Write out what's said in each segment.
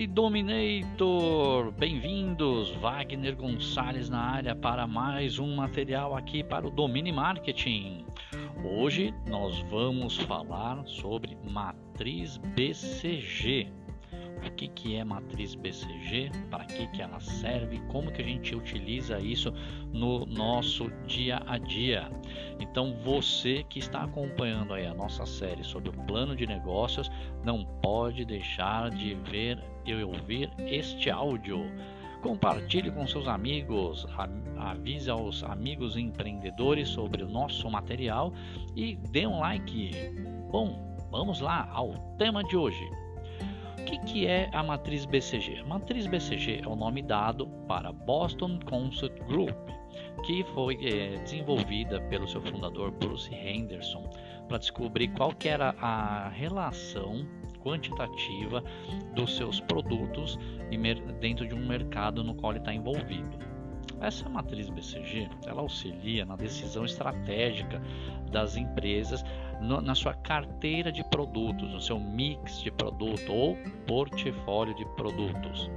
Dominator! Bem-vindos, Wagner Gonçalves na área para mais um material aqui para o Domini Marketing. Hoje nós vamos falar sobre matriz BCG. O que é matriz BCG? Para que ela serve? Como que a gente utiliza isso no nosso dia a dia? Então você que está acompanhando aí a nossa série sobre o plano de negócios não pode deixar de ver e ouvir este áudio. Compartilhe com seus amigos, avise aos amigos empreendedores sobre o nosso material e dê um like. Bom, vamos lá ao tema de hoje. O que é a matriz BCG? A matriz BCG é o nome dado para Boston Consult Group, que foi desenvolvida pelo seu fundador Bruce Henderson para descobrir qual que era a relação quantitativa dos seus produtos dentro de um mercado no qual ele está envolvido. Essa matriz BCG ela auxilia na decisão estratégica das empresas na sua carteira de produtos, no seu mix de produto ou portfólio de produtos.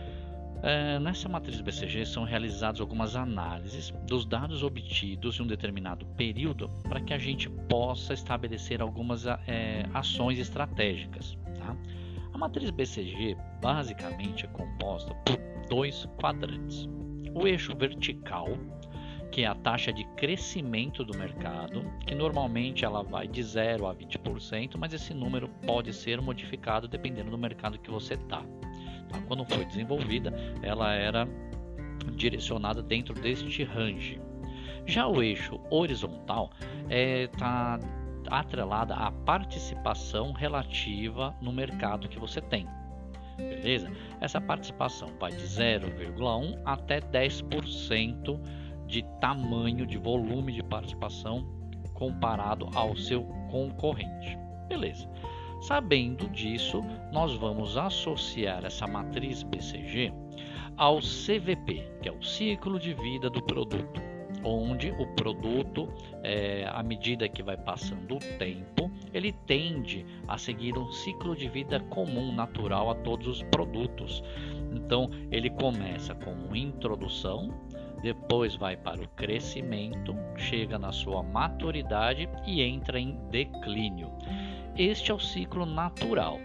Nessa matriz BCG são realizadas algumas análises dos dados obtidos em um determinado período para que a gente possa estabelecer algumas ações estratégicas. Tá? A matriz BCG basicamente é composta por dois quadrantes. O eixo vertical, que é a taxa de crescimento do mercado, que normalmente ela vai de 0 a 20%, mas esse número pode ser modificado dependendo do mercado que você está. Tá? Quando foi desenvolvida, ela era direcionada dentro deste range. Já o eixo horizontal está atrelada à participação relativa no mercado que você tem. Beleza? Essa participação vai de 0,1 até 10% de tamanho, de volume de participação comparado ao seu concorrente. Beleza. Sabendo disso, nós vamos associar essa matriz BCG ao CVP, que é o ciclo de vida do produto, onde o produto, à medida que vai passando o tempo, ele tende a seguir um ciclo de vida comum, natural a todos os produtos. Então, ele começa com introdução, depois vai para o crescimento, chega na sua maturidade e entra em declínio. Este é o ciclo natural.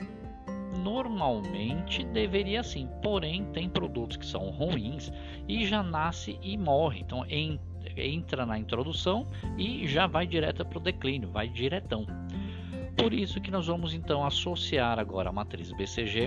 Normalmente deveria sim, porém tem produtos que são ruins e já nasce e morre. Então entra na introdução e já vai direto para o declínio, vai diretão. Por isso que nós vamos então associar agora a matriz BCG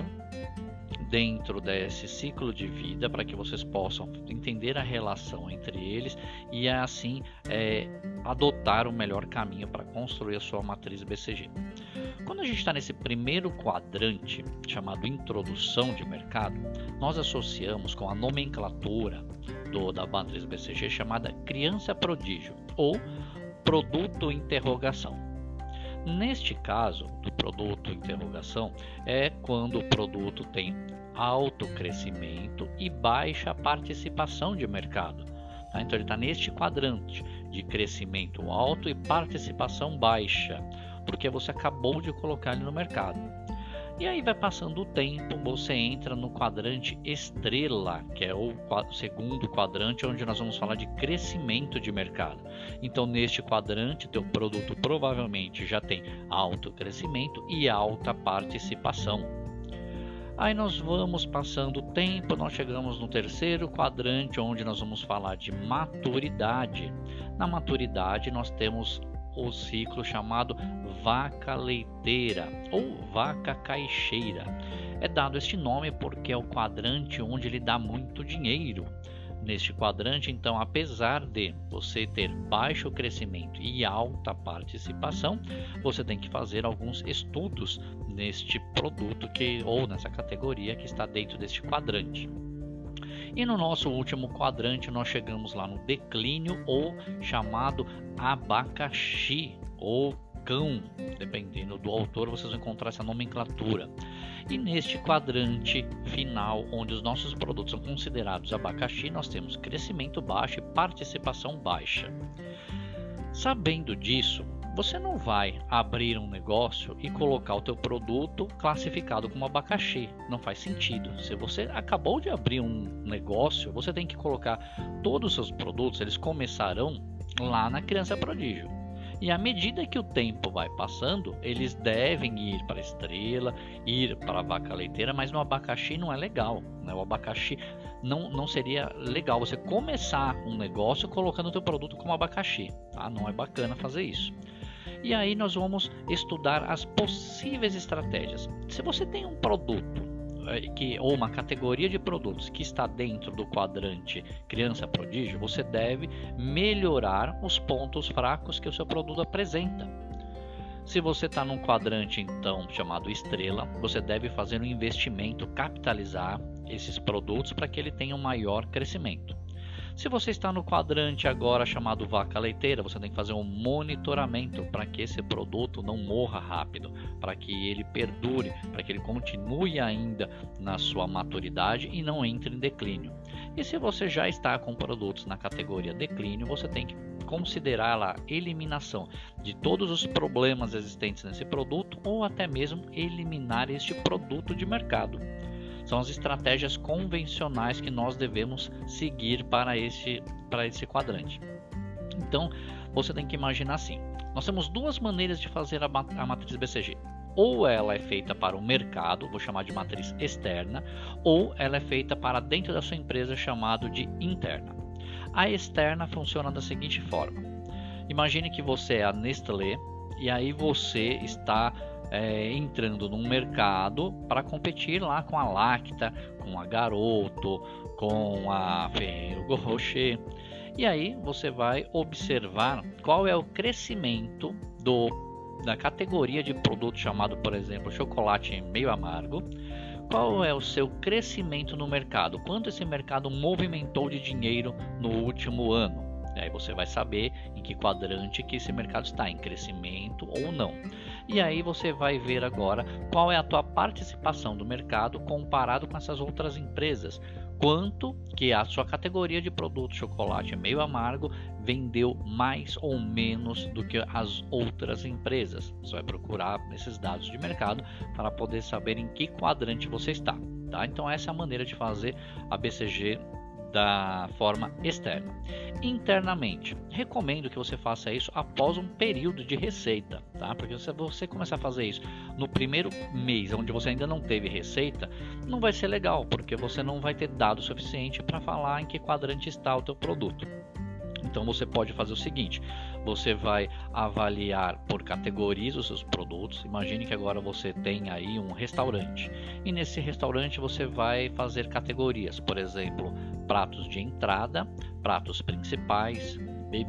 dentro desse ciclo de vida para que vocês possam entender a relação entre eles e assim adotar o melhor caminho para construir a sua matriz BCG. Quando a gente está nesse primeiro quadrante chamado introdução de mercado, nós associamos com a nomenclatura da matriz BCG chamada criança prodígio ou produto interrogação. Neste caso do produto interrogação é quando o produto tem alto crescimento e baixa participação de mercado. Tá? Então ele está neste quadrante de crescimento alto e participação baixa, porque você acabou de colocar ele no mercado. E aí vai passando o tempo, você entra no quadrante estrela, que é o segundo quadrante, onde nós vamos falar de crescimento de mercado. Então neste quadrante, teu produto provavelmente já tem alto crescimento e alta participação. Aí nós vamos passando o tempo, nós chegamos no terceiro quadrante, onde nós vamos falar de maturidade. Na maturidade nós temos o ciclo chamado vaca leiteira ou vaca caixeira. É dado este nome porque é o quadrante onde ele dá muito dinheiro. Neste quadrante, então, apesar de você ter baixo crescimento e alta participação, você tem que fazer alguns estudos neste produto ou nessa categoria que está dentro deste quadrante. E no nosso último quadrante nós chegamos lá no declínio ou chamado abacaxi ou cão, dependendo do autor vocês vão encontrar essa nomenclatura. E neste quadrante final, onde os nossos produtos são considerados abacaxi, nós temos crescimento baixo e participação baixa. Sabendo disso, você não vai abrir um negócio e colocar o teu produto classificado como abacaxi. Não faz sentido. Se você acabou de abrir um negócio, você tem que colocar todos os seus produtos, eles começarão lá na Criança Prodígio. E à medida que o tempo vai passando, eles devem ir para a Estrela, ir para a Vaca Leiteira, mas no abacaxi não é legal, né? O abacaxi não seria legal você começar um negócio colocando o teu produto como abacaxi, tá? Não é bacana fazer isso. E aí nós vamos estudar as possíveis estratégias. Se você tem um produto ou uma categoria de produtos que está dentro do quadrante Criança Prodígio, você deve melhorar os pontos fracos que o seu produto apresenta. Se você está num quadrante então chamado Estrela, você deve fazer um investimento, capitalizar esses produtos para que ele tenha um maior crescimento. Se você está no quadrante agora chamado Vaca Leiteira, você tem que fazer um monitoramento para que esse produto não morra rápido, para que ele perdure, para que ele continue ainda na sua maturidade e não entre em declínio. E se você já está com produtos na categoria declínio, você tem que considerar a eliminação de todos os problemas existentes nesse produto ou até mesmo eliminar este produto de mercado. São as estratégias convencionais que nós devemos seguir para esse quadrante. Então, você tem que imaginar assim. Nós temos duas maneiras de fazer a matriz BCG. Ou ela é feita para o mercado, vou chamar de matriz externa, ou ela é feita para dentro da sua empresa, chamado de interna. A externa funciona da seguinte forma. Imagine que você é a Nestlé e aí você está entrando num mercado para competir lá com a Lacta, com a Garoto, com a Ferrero Rocher. E aí você vai observar qual é o crescimento da categoria de produto chamado, por exemplo, chocolate meio amargo. Qual é o seu crescimento no mercado? Quanto esse mercado movimentou de dinheiro no último ano? E aí você vai saber em que quadrante que esse mercado está, em crescimento ou não. E aí você vai ver agora qual é a tua participação do mercado comparado com essas outras empresas. Quanto que a sua categoria de produto chocolate meio amargo vendeu mais ou menos do que as outras empresas. Você vai procurar nesses dados de mercado para poder saber em que quadrante você está. Tá? Então essa é a maneira de fazer a BCG da forma externa. Internamente, recomendo que você faça isso após um período de receita, tá? Porque se você começar a fazer isso no primeiro mês, onde você ainda não teve receita, não vai ser legal, porque você não vai ter dado suficiente para falar em que quadrante está o teu produto. Então você pode fazer o seguinte, você vai avaliar por categorias os seus produtos. Imagine que agora você tem aí um restaurante e nesse restaurante você vai fazer categorias, por exemplo, pratos de entrada, pratos principais,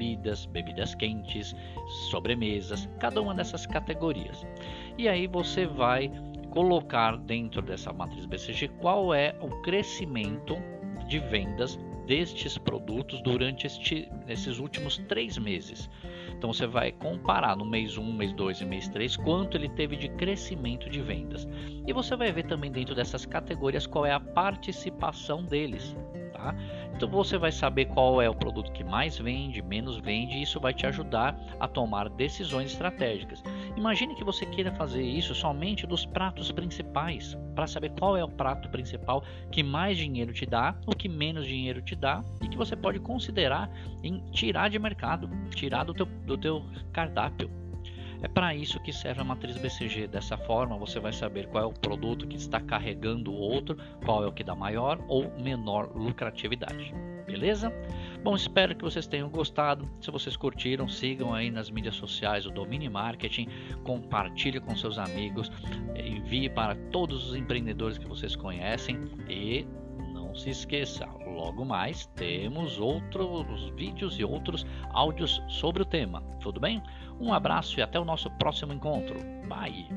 bebidas quentes, sobremesas, cada uma dessas categorias. E aí você vai colocar dentro dessa matriz BCG qual é o crescimento de vendas destes produtos durante esses últimos 3 meses. Então você vai comparar no mês 1, mês 2 e mês 3 quanto ele teve de crescimento de vendas. E você vai ver também dentro dessas categorias qual é a participação deles. Tá? Então você vai saber qual é o produto que mais vende, menos vende, e isso vai te ajudar a tomar decisões estratégicas. Imagine que você queira fazer isso somente dos pratos principais, para saber qual é o prato principal que mais dinheiro te dá, o que menos dinheiro te dá, e que você pode considerar em tirar de mercado, tirar do teu cardápio. É para isso que serve a matriz BCG. Dessa forma você vai saber qual é o produto que está carregando o outro, qual é o que dá maior ou menor lucratividade. Beleza? Bom, espero que vocês tenham gostado. Se vocês curtiram, sigam aí nas mídias sociais o Domini Marketing, compartilhe com seus amigos, envie para todos os empreendedores que vocês conhecem e não se esqueça, logo mais temos outros vídeos e outros áudios sobre o tema. Tudo bem? Um abraço e até o nosso próximo encontro. Bye!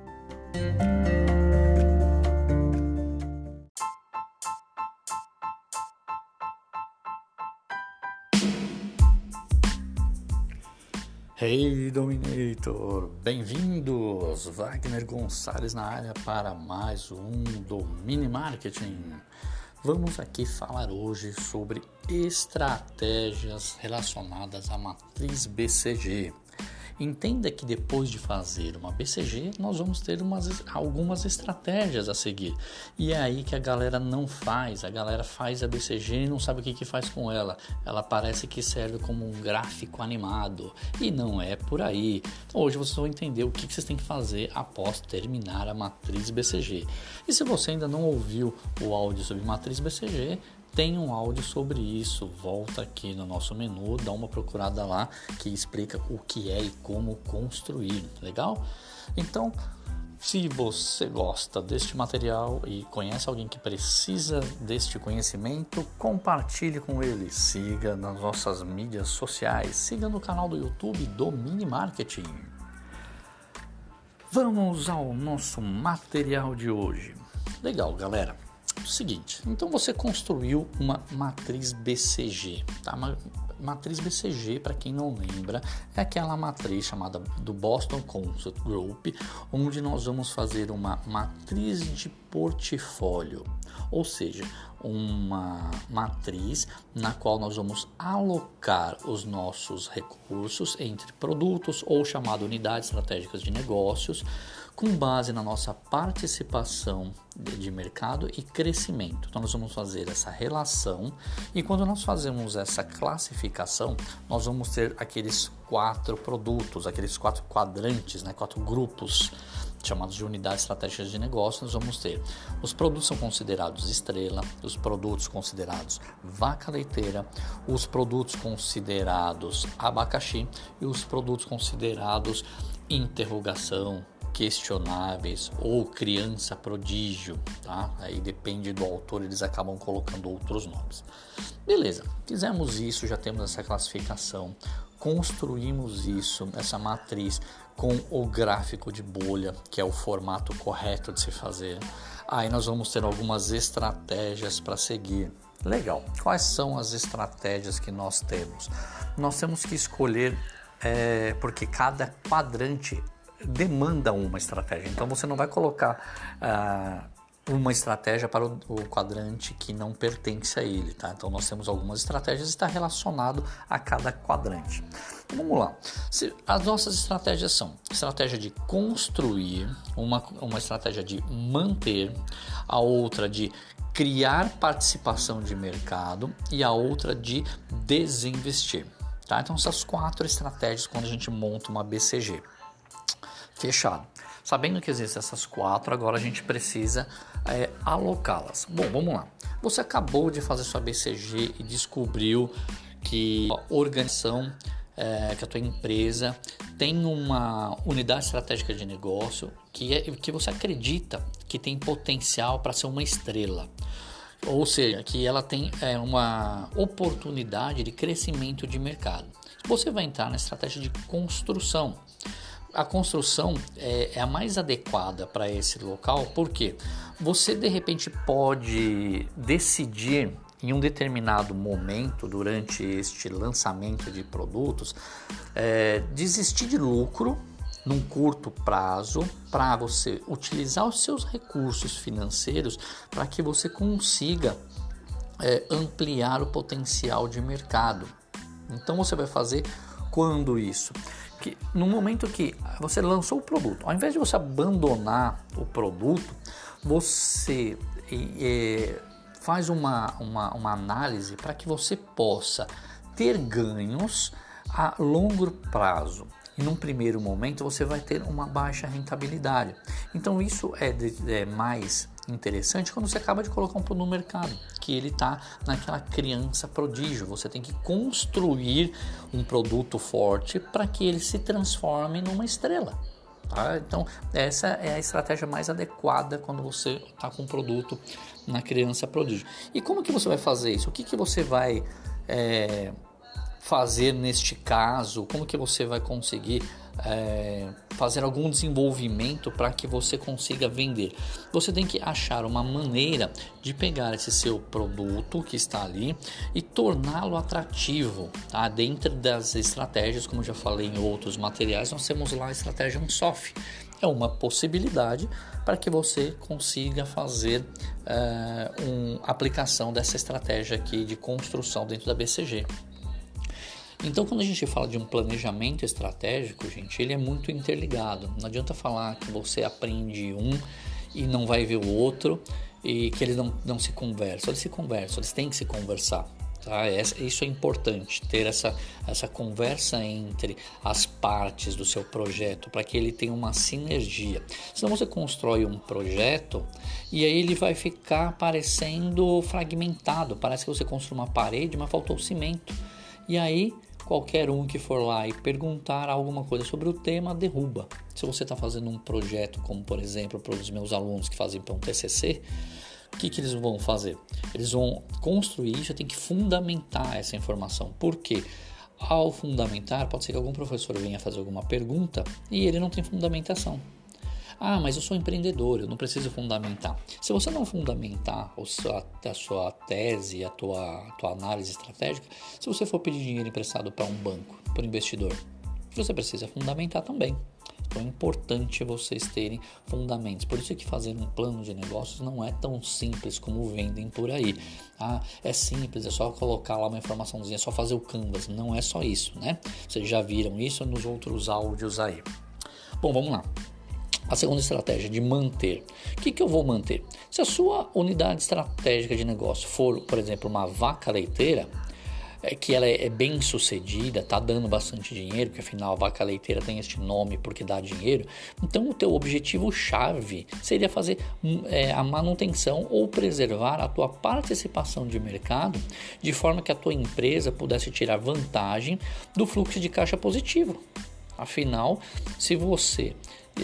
Hey Dominator, bem-vindos! Wagner Gonçalves na área para mais um Domini Marketing. Vamos aqui falar hoje sobre estratégias relacionadas à matriz BCG. Entenda que depois de fazer uma BCG, nós vamos ter algumas estratégias a seguir. E é aí que a galera não faz. A galera faz a BCG e não sabe o que faz com ela. Ela parece que serve como um gráfico animado. E não é por aí. Então, hoje vocês vão entender o que vocês têm que fazer após terminar a matriz BCG. E se você ainda não ouviu o áudio sobre matriz BCG, tem um áudio sobre isso, volta aqui no nosso menu, dá uma procurada lá que explica o que é e como construir, legal? Então, se você gosta deste material e conhece alguém que precisa deste conhecimento, compartilhe com ele, siga nas nossas mídias sociais, siga no canal do YouTube Domine Marketing. Vamos ao nosso material de hoje. Legal, galera. Seguinte, então você construiu uma matriz BCG, tá? Matriz BCG, para quem não lembra, é aquela matriz chamada do Boston Concept Group, onde nós vamos fazer uma matriz de portfólio, ou seja, uma matriz na qual nós vamos alocar os nossos recursos entre produtos ou chamado unidades estratégicas de negócios, com base na nossa participação de mercado e crescimento. Então, nós vamos fazer essa relação e quando nós fazemos essa classificação, nós vamos ter aqueles 4 produtos, aqueles 4 quadrantes, 4 grupos chamados de unidades estratégicas de negócio. Nós vamos ter os produtos são considerados estrela, os produtos considerados vaca leiteira, os produtos considerados abacaxi e os produtos considerados interrogação, questionáveis ou criança prodígio, tá? Aí depende do autor, eles acabam colocando outros nomes. Beleza, fizemos isso, já temos essa classificação, construímos isso, essa matriz com o gráfico de bolha, que é o formato correto de se fazer. Aí nós vamos ter algumas estratégias para seguir. Legal, quais são as estratégias que nós temos? Nós temos que escolher, porque cada quadrante demanda uma estratégia, então você não vai colocar uma estratégia para o quadrante que não pertence a ele, tá? Então nós temos algumas estratégias e está relacionado a cada quadrante. Então, vamos lá. As nossas estratégias são estratégia de construir, uma estratégia de manter, a outra de criar participação de mercado e a outra de desinvestir, tá? Então essas 4 estratégias quando a gente monta uma BCG. Fechado. Sabendo que existem essas 4, agora a gente precisa alocá-las. Bom, vamos lá. Você acabou de fazer sua BCG e descobriu que a organização, que a tua empresa tem uma unidade estratégica de negócio que você acredita que tem potencial para ser uma estrela. Ou seja, que ela tem uma oportunidade de crescimento de mercado. Você vai entrar na estratégia de construção. A construção é a mais adequada para esse local, porque você de repente pode decidir em um determinado momento durante este lançamento de produtos desistir de lucro num curto prazo para você utilizar os seus recursos financeiros para que você consiga ampliar o potencial de mercado. Então você vai fazer quando isso? Que no momento que você lançou o produto, ao invés de você abandonar o produto, você faz uma análise para que você possa ter ganhos a longo prazo. E num primeiro momento você vai ter uma baixa rentabilidade. Então isso é mais interessante quando você acaba de colocar um produto no mercado, que ele está naquela criança prodígio. Você tem que construir um produto forte para que ele se transforme numa estrela. Tá? Então essa é a estratégia mais adequada quando você está com um produto na criança prodígio. E como que você vai fazer isso? O que você vai fazer neste caso? Como que você vai conseguir fazer algum desenvolvimento para que você consiga vender? Você tem que achar uma maneira de pegar esse seu produto que está ali e torná-lo atrativo, tá? Dentro das estratégias, como eu já falei em outros materiais, nós temos lá a estratégia Unsoft. É uma possibilidade para que você consiga fazer uma aplicação dessa estratégia aqui de construção dentro da BCG. Então, quando a gente fala de um planejamento estratégico, gente, ele é muito interligado. Não adianta falar que você aprende um e não vai ver o outro e que eles não se conversam. Eles se conversam, eles têm que se conversar. Tá? Isso é importante, ter essa conversa entre as partes do seu projeto para que ele tenha uma sinergia. Senão você constrói um projeto e aí ele vai ficar parecendo fragmentado. Parece que você construiu uma parede, mas faltou o cimento. E aí qualquer um que for lá e perguntar alguma coisa sobre o tema, derruba. Se você está fazendo um projeto, como por exemplo para os meus alunos que fazem para um TCC, o que eles vão fazer? Eles vão construir isso, tem que fundamentar essa informação. Por quê? Ao fundamentar, pode ser que algum professor venha fazer alguma pergunta e ele não tem fundamentação. Ah, mas eu sou empreendedor, eu não preciso fundamentar. Se você não fundamentar a sua tese, a tua análise estratégica, se você for pedir dinheiro emprestado para um banco, para um investidor, você precisa fundamentar também. Então é importante vocês terem fundamentos. Por isso que fazer um plano de negócios não é tão simples como vendem por aí. Ah, é simples, é só colocar lá uma informaçãozinha, é só fazer o canvas. Não é só isso, né? Vocês já viram isso nos outros áudios aí. Bom, vamos lá. A segunda estratégia de manter. O que eu vou manter? Se a sua unidade estratégica de negócio for, por exemplo, uma vaca leiteira, que ela é bem sucedida, está dando bastante dinheiro, porque afinal a vaca leiteira tem este nome porque dá dinheiro, então o teu objetivo-chave seria fazer a manutenção ou preservar a tua participação de mercado, de forma que a tua empresa pudesse tirar vantagem do fluxo de caixa positivo. Afinal, se você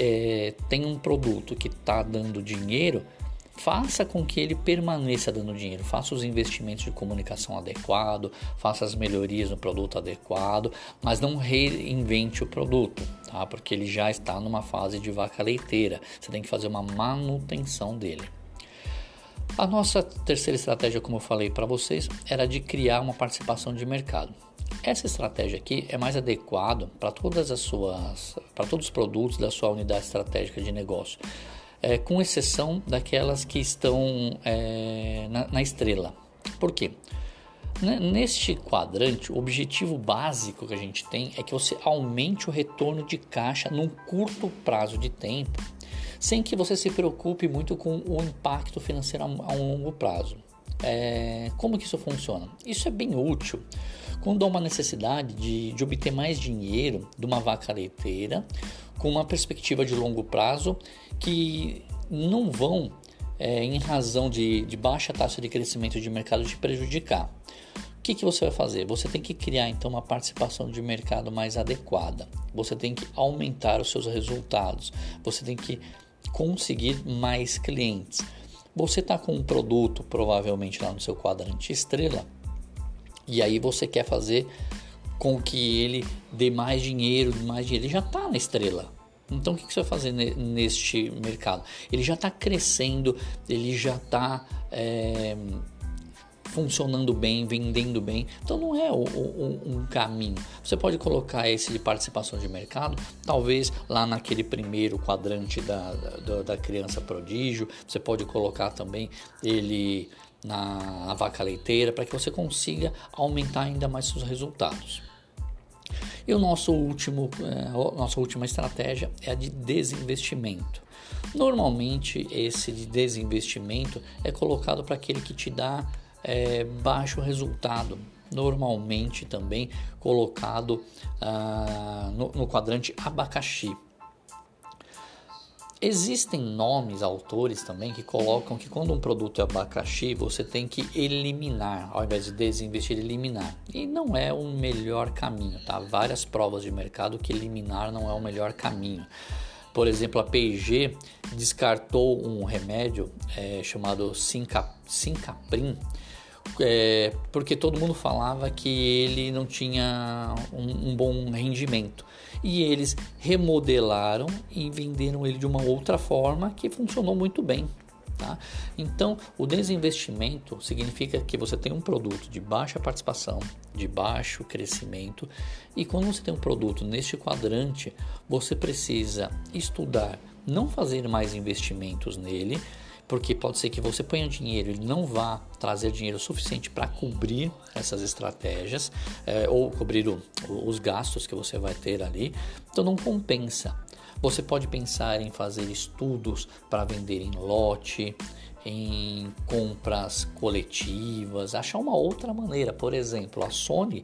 tem um produto que está dando dinheiro, faça com que ele permaneça dando dinheiro, faça os investimentos de comunicação adequado, faça as melhorias no produto adequado, mas não reinvente o produto, tá? Porque ele já está numa fase de vaca leiteira, você tem que fazer uma manutenção dele. A nossa terceira estratégia, como eu falei para vocês, era de criar uma participação de mercado. Essa estratégia aqui é mais adequada para todos os produtos da sua unidade estratégica de negócio. Com exceção daquelas que estão na estrela. Por quê? Neste quadrante, o objetivo básico que a gente tem é que você aumente o retorno de caixa num curto prazo de tempo, sem que você se preocupe muito com o impacto financeiro a um longo prazo. Como que isso funciona? Isso é bem útil quando há uma necessidade de obter mais dinheiro de uma vaca leiteira com uma perspectiva de longo prazo que não vão, em razão de baixa taxa de crescimento de mercado, te prejudicar. O que você vai fazer? Você tem que criar então uma participação de mercado mais adequada. Você tem que aumentar os seus resultados. Você tem que conseguir mais clientes. Você está com um produto provavelmente lá no seu quadrante estrela e aí você quer fazer com que ele dê mais dinheiro, ele já está na estrela. Então o que você vai fazer neste mercado? Ele já está crescendo, ele já está funcionando bem, vendendo bem, então não é um caminho. Você pode colocar esse de participação de mercado, talvez lá naquele primeiro quadrante da criança prodígio, você pode colocar também ele na vaca leiteira, para que você consiga aumentar ainda mais seus resultados. E nossa última estratégia é a de desinvestimento. Normalmente esse de desinvestimento é colocado para aquele que te dá baixo resultado, normalmente também colocado no quadrante abacaxi. Existem autores também que colocam que quando um produto é abacaxi, você tem que eliminar, ao invés de desinvestir, eliminar. E não é o melhor caminho, tá? Várias provas de mercado que eliminar não é o melhor caminho. Por exemplo, a P&G descartou um remédio chamado Sincaprim, porque todo mundo falava que ele não tinha um bom rendimento. E eles remodelaram e venderam ele de uma outra forma que funcionou muito bem. Tá? Então, o desinvestimento significa que você tem um produto de baixa participação, de baixo crescimento, e quando você tem um produto neste quadrante, você precisa estudar, não fazer mais investimentos nele, porque pode ser que você ponha dinheiro e não vá trazer dinheiro suficiente para cobrir essas estratégias ou cobrir os gastos que você vai ter ali, então não compensa. Você pode pensar em fazer estudos para vender em lote, em compras coletivas, achar uma outra maneira. Por exemplo, a Sony,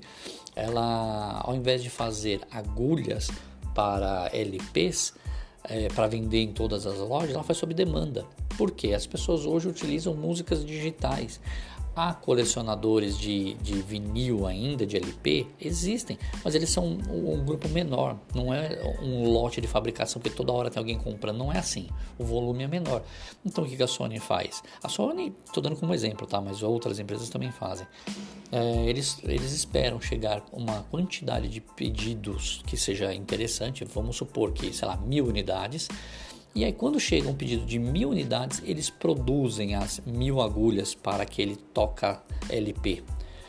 ela, ao invés de fazer agulhas para LPs, para vender em todas as lojas, ela faz sob demanda. Por quê? As pessoas hoje utilizam músicas digitais. Há colecionadores de vinil ainda, de LP, existem, mas eles são um grupo menor, não é um lote de fabricação que toda hora tem alguém comprando, não é assim, o volume é menor. Então o que a Sony faz? A Sony, estou dando como exemplo, tá? Mas outras empresas também fazem. Eles esperam chegar uma quantidade de pedidos que seja interessante, vamos supor que, 1.000 unidades, e aí quando chega um pedido de 1.000 unidades, eles produzem as 1.000 agulhas para aquele toca LP.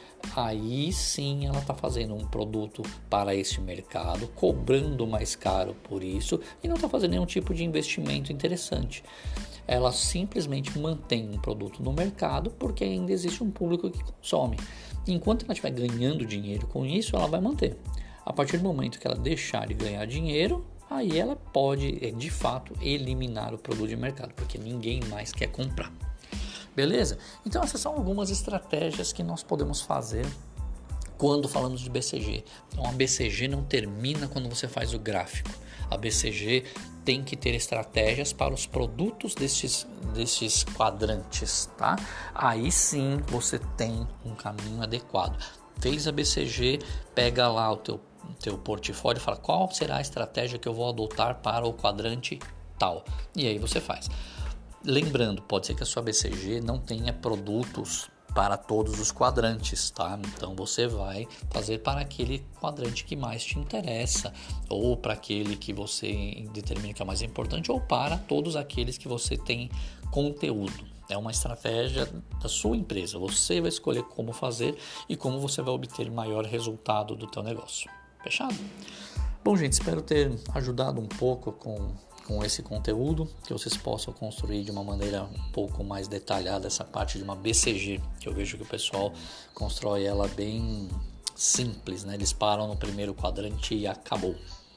Aí sim ela está fazendo um produto para esse mercado, cobrando mais caro por isso e não está fazendo nenhum tipo de investimento interessante. Ela simplesmente mantém um produto no mercado porque ainda existe um público que consome. Enquanto ela estiver ganhando dinheiro com isso, ela vai manter. A partir do momento que ela deixar de ganhar dinheiro, aí ela pode, de fato, eliminar o produto de mercado, porque ninguém mais quer comprar. Beleza? Então essas são algumas estratégias que nós podemos fazer quando falamos de BCG. Então a BCG não termina quando você faz o gráfico. A BCG tem que ter estratégias para os produtos desses quadrantes, tá? Aí sim você tem um caminho adequado. Fez a BCG, pega lá o teu portfólio e fala qual será a estratégia que eu vou adotar para o quadrante tal. E aí você faz. Lembrando, pode ser que a sua BCG não tenha produtos para todos os quadrantes, tá? Então você vai fazer para aquele quadrante que mais te interessa, ou para aquele que você determina que é mais importante, ou para todos aqueles que você tem conteúdo. É uma estratégia da sua empresa. Você vai escolher como fazer e como você vai obter maior resultado do teu negócio. Fechado? Bom, gente, espero ter ajudado um pouco com esse conteúdo, que vocês possam construir de uma maneira um pouco mais detalhada essa parte de uma BCG, que eu vejo que o pessoal constrói ela bem simples, né? Eles param no primeiro quadrante e acabou.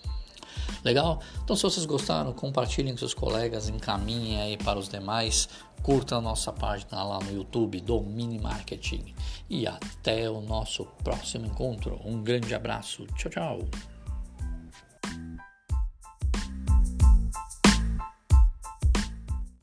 Legal? Então, se vocês gostaram, compartilhem com seus colegas, encaminhem aí para os demais, curta a nossa página lá no YouTube, Domine Marketing. E até o nosso próximo encontro. Um grande abraço. Tchau, tchau.